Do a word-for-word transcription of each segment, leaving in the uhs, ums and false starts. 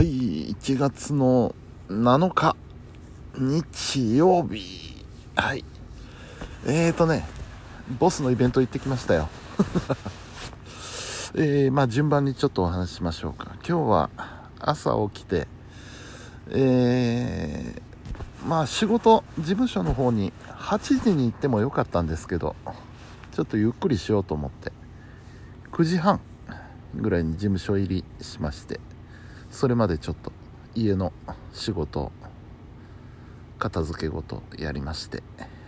はいいちがつのなのか日曜日。はいえーとねボスのイベント行ってきましたよえー、まあ順番にちょっとお話ししましょうか。今日は朝起きてえー、まあ仕事事務所の方にはちじに行ってもよかったんですけど、ちょっとゆっくりしようと思ってくじはんぐらいに事務所入りしまして、それまでちょっと家の仕事片付け事やりまして、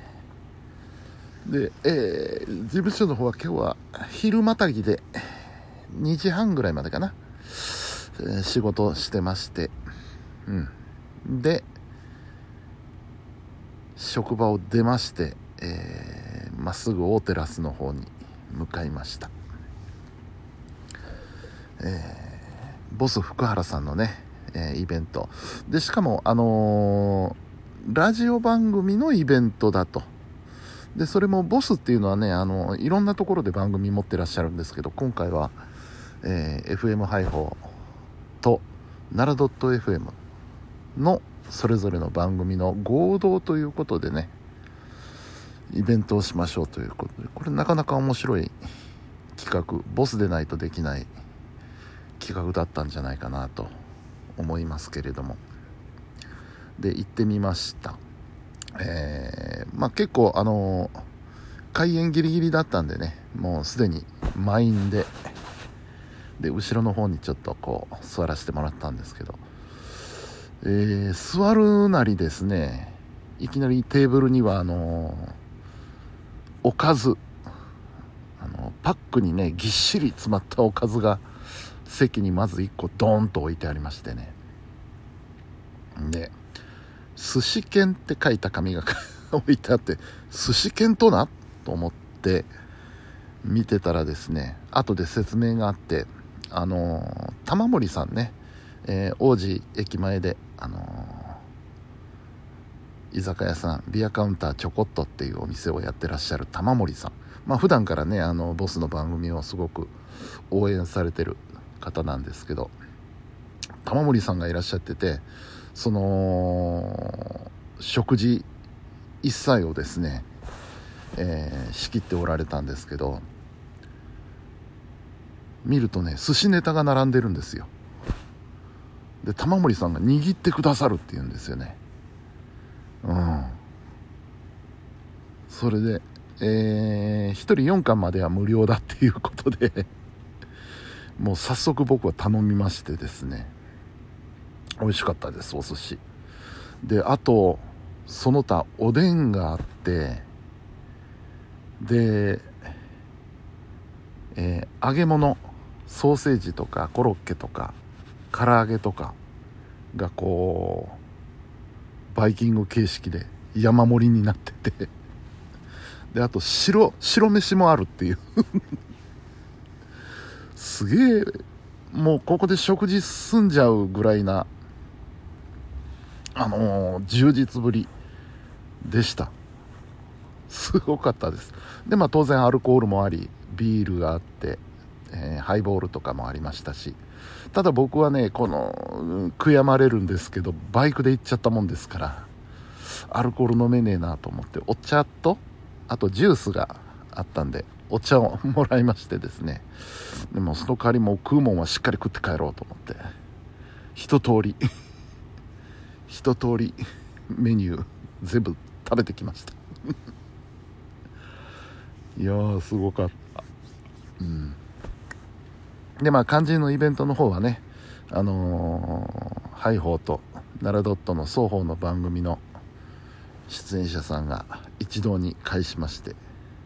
で、えー、事務所の方は今日は昼またぎでにじはんぐらいまでかな、えー、仕事してまして、うんで職場を出まして、えー、まっすぐ大テラスの方に向かいました。えー、ボス福原さんのね、えー、イベントで、しかもあのー、ラジオ番組のイベントだと。でそれもボスっていうのはね、あのいろんなところで番組持ってらっしゃるんですけど、今回は、えー、エフエム 配報と奈良 .fm のそれぞれの番組の合同ということでね、イベントをしましょうということで、これなかなか面白い企画、ボスでないとできない企画だったんじゃないかなと思いますけれども、で行ってみました。えー、まあ結構あのー、開演ギリギリだったんでね、もうすでに満員で、で後ろの方にちょっとこう座らせてもらったんですけど、えー、座るなりですね、いきなりテーブルにはあのー、おかず、あのパックにねぎっしり詰まったおかずが席にまずいっこドーンと置いてありましてね、で寿司券って書いた紙が置いてあって、寿司券となと思って見てたらですね、後で説明があって、あのー、玉森さんね、えー、王子駅前で、あのー、居酒屋さんビアカウンターちょこっとっていうお店をやってらっしゃる玉森さん、まあ普段からね、あのボスの番組をすごく応援されてる方なんですけど、玉森さんがいらっしゃってて、その食事一切をですね、えー、仕切っておられたんですけど、見るとね寿司ネタが並んでるんですよ。で玉森さんが握ってくださるって言うんですよね。うんそれで、えー、ひとりよんかんまでは無料だっていうことでもう早速僕は頼みましてですね、美味しかったです、お寿司で。あとその他おでんがあって、で、えー、揚げ物、ソーセージとかコロッケとか唐揚げとかがこうバイキング形式で山盛りになってて、であと白白飯もあるっていうすげえ、もうここで食事済んじゃうぐらいな、あのー、充実ぶりでした。すごかったです。でまあ当然アルコールもあり、ビールがあって、えー、ハイボールとかもありましたし、ただ僕はねこの悔やまれるんですけど、バイクで行っちゃったもんですからアルコール飲めねえなと思って、お茶とあとジュースがあったんでお茶をもらいましてですね、でもその代わりもう食うもんはしっかり食って帰ろうと思って一通り一通りメニュー全部食べてきましたいやーすごかった。うんでまあ肝心のイベントの方はね、あのー、ハイホーと奈良ドットの双方の番組の出演者さんが一堂に会しまして、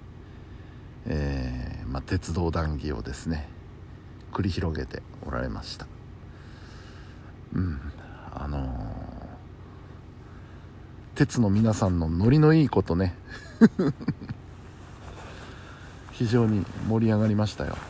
えーまあ、鉄道談義をですね繰り広げておられました。うんあのー、鉄の皆さんのノリのいいことね非常に盛り上がりましたよ。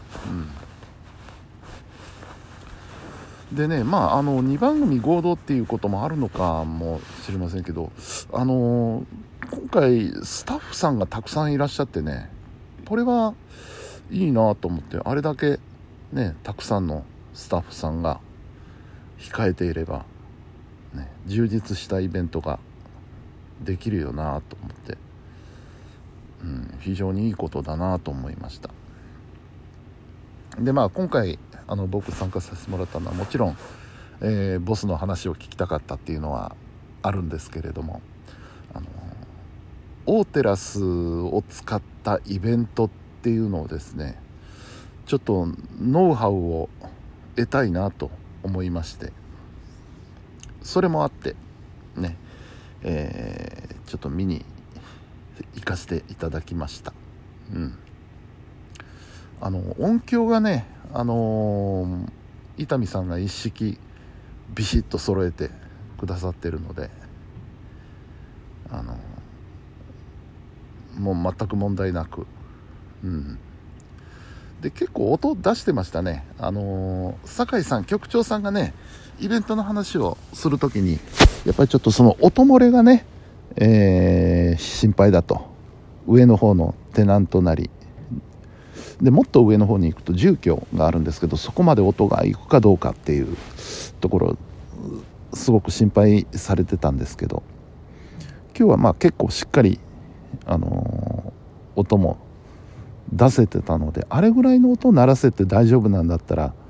うんでね、まあ、あのにばんぐみ合同っていうこともあるのかもしれませんけど、あのー、今回スタッフさんがたくさんいらっしゃってね、これはいいなと思って、あれだけねたくさんのスタッフさんが控えていれば、ね、充実したイベントができるよなと思って、うん、非常にいいことだなと思いました。でまあ今回あの僕参加させてもらったのはもちろん、えー、ボスの話を聞きたかったっていうのはあるんですけれども、あのオーテラスを使ったイベントっていうのをですね、ちょっとノウハウを得たいなと思いまして、それもあってね、えー、ちょっと見に行かせていただきました。うん、あの音響がね、あのー、伊丹さんが一式ビシッと揃えてくださってるので、あのー、もう全く問題なく、うん、で結構音出してましたね。あのー、酒井さん局長さんがねイベントの話をするときにやっぱりちょっとその音漏れがね、えー、心配だと。上の方のテナントなりで、もっと上の方に行くと住居があるんですけど、そこまで音が行くかどうかっていうところすごく心配されてたんですけど、今日はまあ結構しっかり、あのー、音も出せてたので、あれぐらいの音を鳴らせて大丈夫なんだったら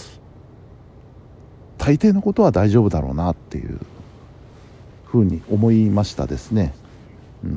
大抵のことは大丈夫だろうなっていうふうに思いましたですね。うん、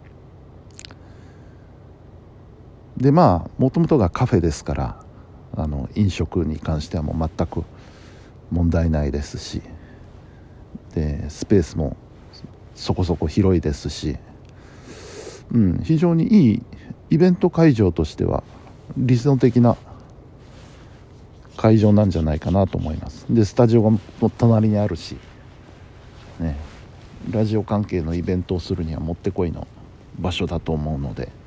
でまあもともとがカフェですから、あの飲食に関してはもう全く問題ないですし、でスペースもそこそこ広いですし、うん、非常にいいイベント会場としては理想的な会場なんじゃないかなと思います。でスタジオが隣にあるし、ね、ラジオ関係のイベントをするにはもってこいの場所だと思うので、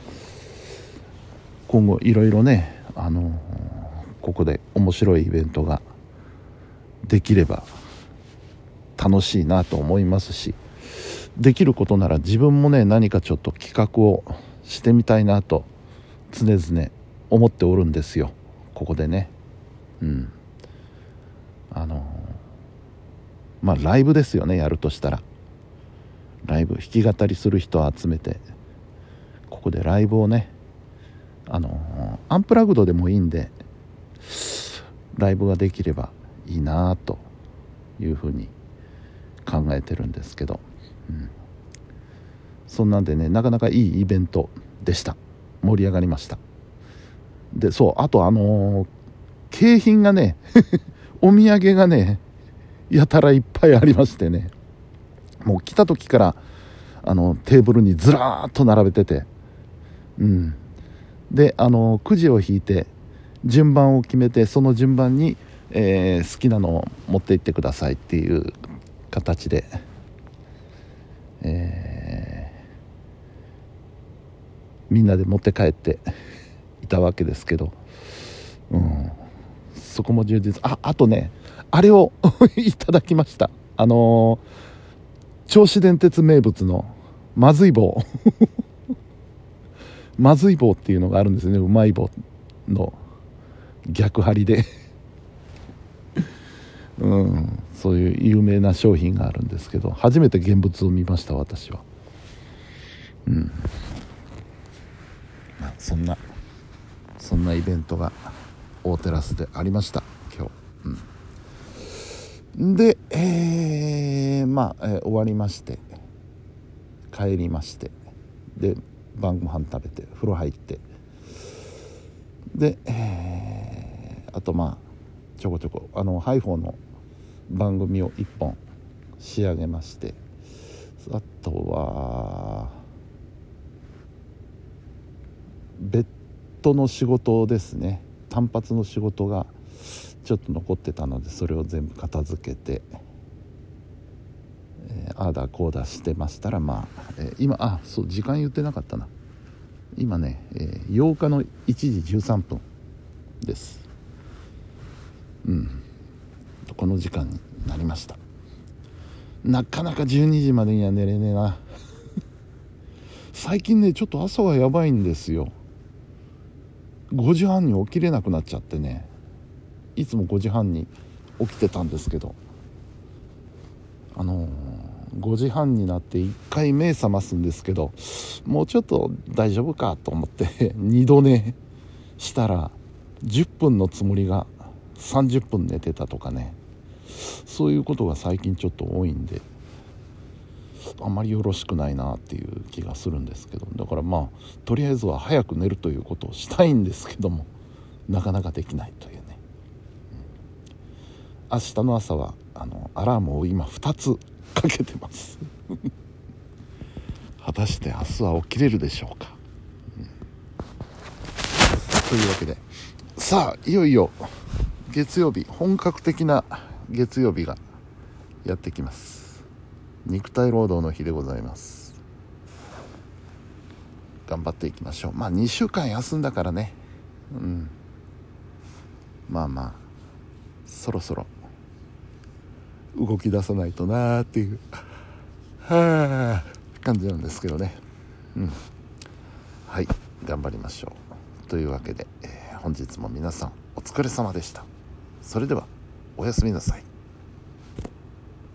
今後いろいろね、あのー、ここで面白いイベントができれば楽しいなと思いますし、できることなら自分もね何かちょっと企画をしてみたいなと常々思っておるんですよ、ここでね。うんあのー、まあライブですよね。やるとしたらライブ、弾き語りする人を集めてここでライブをね、あのアンプラグドでもいいんでライブができればいいなというふうに考えてるんですけど、うん、そんなんでねなかなかいいイベントでした。盛り上がりました。でそうあとあのー、景品がねお土産がねやたらいっぱいありましてね、もう来た時からあのテーブルにずらーっと並べてて、うんであのくじを引いて順番を決めて、その順番に、えー、好きなのを持って行ってくださいっていう形で、えー、みんなで持って帰っていたわけですけど、うん、そこも充実。ああとねあれをいただきました。あのー、銚子電鉄名物のまずい棒まずい棒っていうのがあるんですね。うまい棒の逆張りでうん、そういう有名な商品があるんですけど、初めて現物を見ました私は。うん、まあ、そんなそんなイベントが大テラスでありました今日。うん、で、えー、まあ、えー、終わりまして帰りまして、で晩ご飯食べて風呂入って、で、えー、あとまあちょこちょこあのハイフォーの番組をいっぽん仕上げまして、あとは別途の仕事ですね、単発の仕事がちょっと残ってたのでそれを全部片付けて、えー、ああだこうだしてましたら、まあ、えー、今あそう時間言ってなかったな。今ね、えー、ようかのいちじじゅうさんぷんです。うんこの時間になりました。なかなかじゅうにじまでには寝れねえな最近ねちょっと朝がやばいんですよ。ごじはんに起きれなくなっちゃってね、いつもごじはんに起きてたんですけど、あのー、ごじはんになっていっかい目覚ますんですけど、もうちょっと大丈夫かと思ってにど寝したらじゅっぷんのつもりがさんじゅっぷん寝てたとかね、そういうことが最近ちょっと多いんで、あんまりよろしくないなっていう気がするんですけど、だからまあとりあえずは早く寝るということをしたいんですけども、なかなかできないというね、うん、明日の朝はあのアラームを今ふたつかけてます果たして明日は起きれるでしょうか、うん、というわけで、さあいよいよ月曜日、本格的な月曜日がやってきます。肉体労働の日でございます。頑張っていきましょう。まあにしゅうかん休んだからね、うん、まあまあそろそろ動き出さないとなーっていうはあ感じなんですけどね、うん、はい、頑張りましょう。というわけで、えー、本日も皆さんお疲れ様でした。それではおやすみなさい。